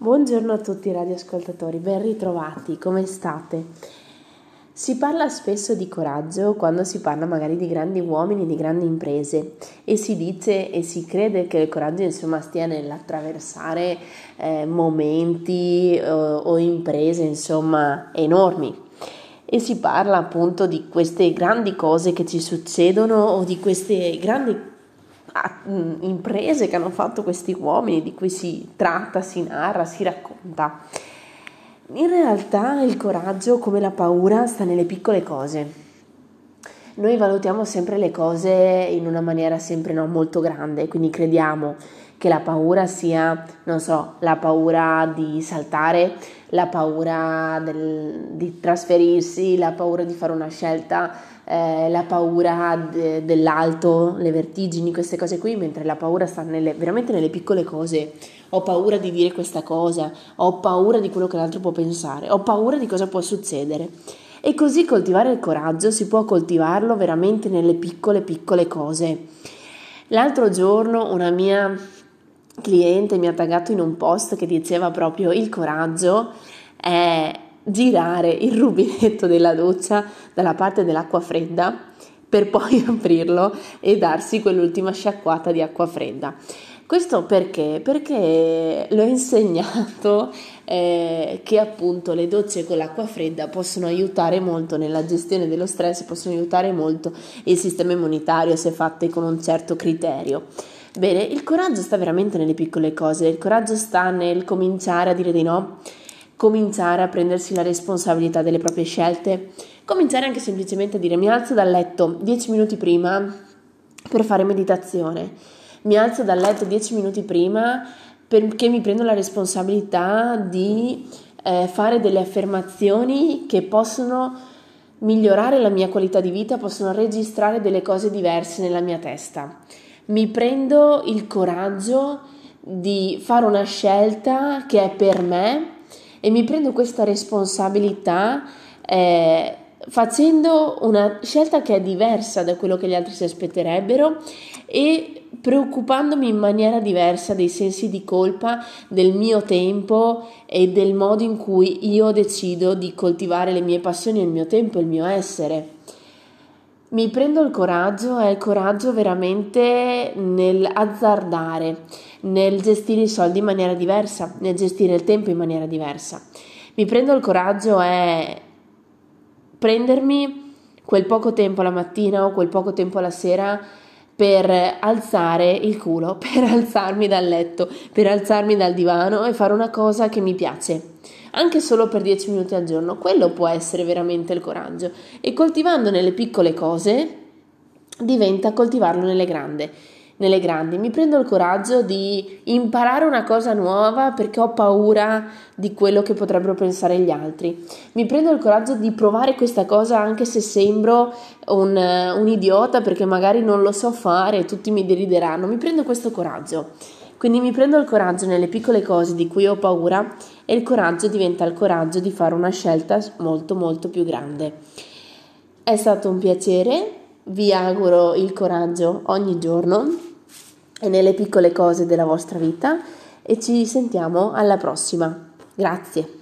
Buongiorno a tutti i radioascoltatori, ben ritrovati, come state? Si parla spesso di coraggio quando si parla magari di grandi uomini, di grandi imprese e si dice e si crede che il coraggio insomma stia nell'attraversare momenti o imprese insomma enormi e si parla appunto di queste grandi cose che ci succedono o di queste grandi imprese che hanno fatto questi uomini di cui si tratta, si narra, si racconta. In realtà il coraggio, come la paura, sta nelle piccole cose. Noi valutiamo sempre le cose in una maniera sempre molto grande, quindi crediamo che la paura sia, la paura di saltare, la paura di trasferirsi, la paura di fare una scelta, la paura dell'alto, le vertigini, queste cose qui, mentre la paura sta veramente nelle piccole cose. Ho paura di dire questa cosa, ho paura di quello che l'altro può pensare, ho paura di cosa può succedere. E così coltivare il coraggio si può coltivarlo veramente nelle piccole cose. L'altro giorno una mia cliente mi ha taggato in un post che diceva proprio: il coraggio è girare il rubinetto della doccia dalla parte dell'acqua fredda per poi aprirlo e darsi quell'ultima sciacquata di acqua fredda. Questo perché? Perché l'ho insegnato che appunto le docce con l'acqua fredda possono aiutare molto nella gestione dello stress, possono aiutare molto il sistema immunitario se fatte con un certo criterio. Bene, il coraggio sta veramente nelle piccole cose, il coraggio sta nel cominciare a dire di no, cominciare a prendersi la responsabilità delle proprie scelte, cominciare anche semplicemente a dire: mi alzo dal letto 10 minuti prima per fare meditazione, mi alzo dal letto 10 minuti prima perché mi prendo la responsabilità di fare delle affermazioni che possono migliorare la mia qualità di vita, possono registrare delle cose diverse nella mia testa. Mi prendo il coraggio di fare una scelta che è per me e mi prendo questa responsabilità facendo una scelta che è diversa da quello che gli altri si aspetterebbero e preoccupandomi in maniera diversa dei sensi di colpa, del mio tempo e del modo in cui io decido di coltivare le mie passioni, il mio tempo e il mio essere. Mi prendo il coraggio, è il coraggio veramente nel azzardare, nel gestire i soldi in maniera diversa, nel gestire il tempo in maniera diversa. Mi prendo il coraggio è prendermi quel poco tempo la mattina o quel poco tempo la sera per alzare il culo, per alzarmi dal letto, per alzarmi dal divano e fare una cosa che mi piace, anche solo per 10 minuti al giorno. Quello può essere veramente il coraggio, e coltivando nelle piccole cose diventa coltivarlo nelle grandi. Mi prendo il coraggio di imparare una cosa nuova perché ho paura di quello che potrebbero pensare gli altri. Mi prendo il coraggio di provare questa cosa anche se sembro un idiota, perché magari non lo so fare e tutti mi derideranno. Mi prendo questo coraggio. Quindi mi prendo il coraggio nelle piccole cose di cui ho paura e il coraggio diventa il coraggio di fare una scelta molto più grande. È stato un piacere, vi auguro il coraggio ogni giorno e nelle piccole cose della vostra vita e ci sentiamo alla prossima. Grazie.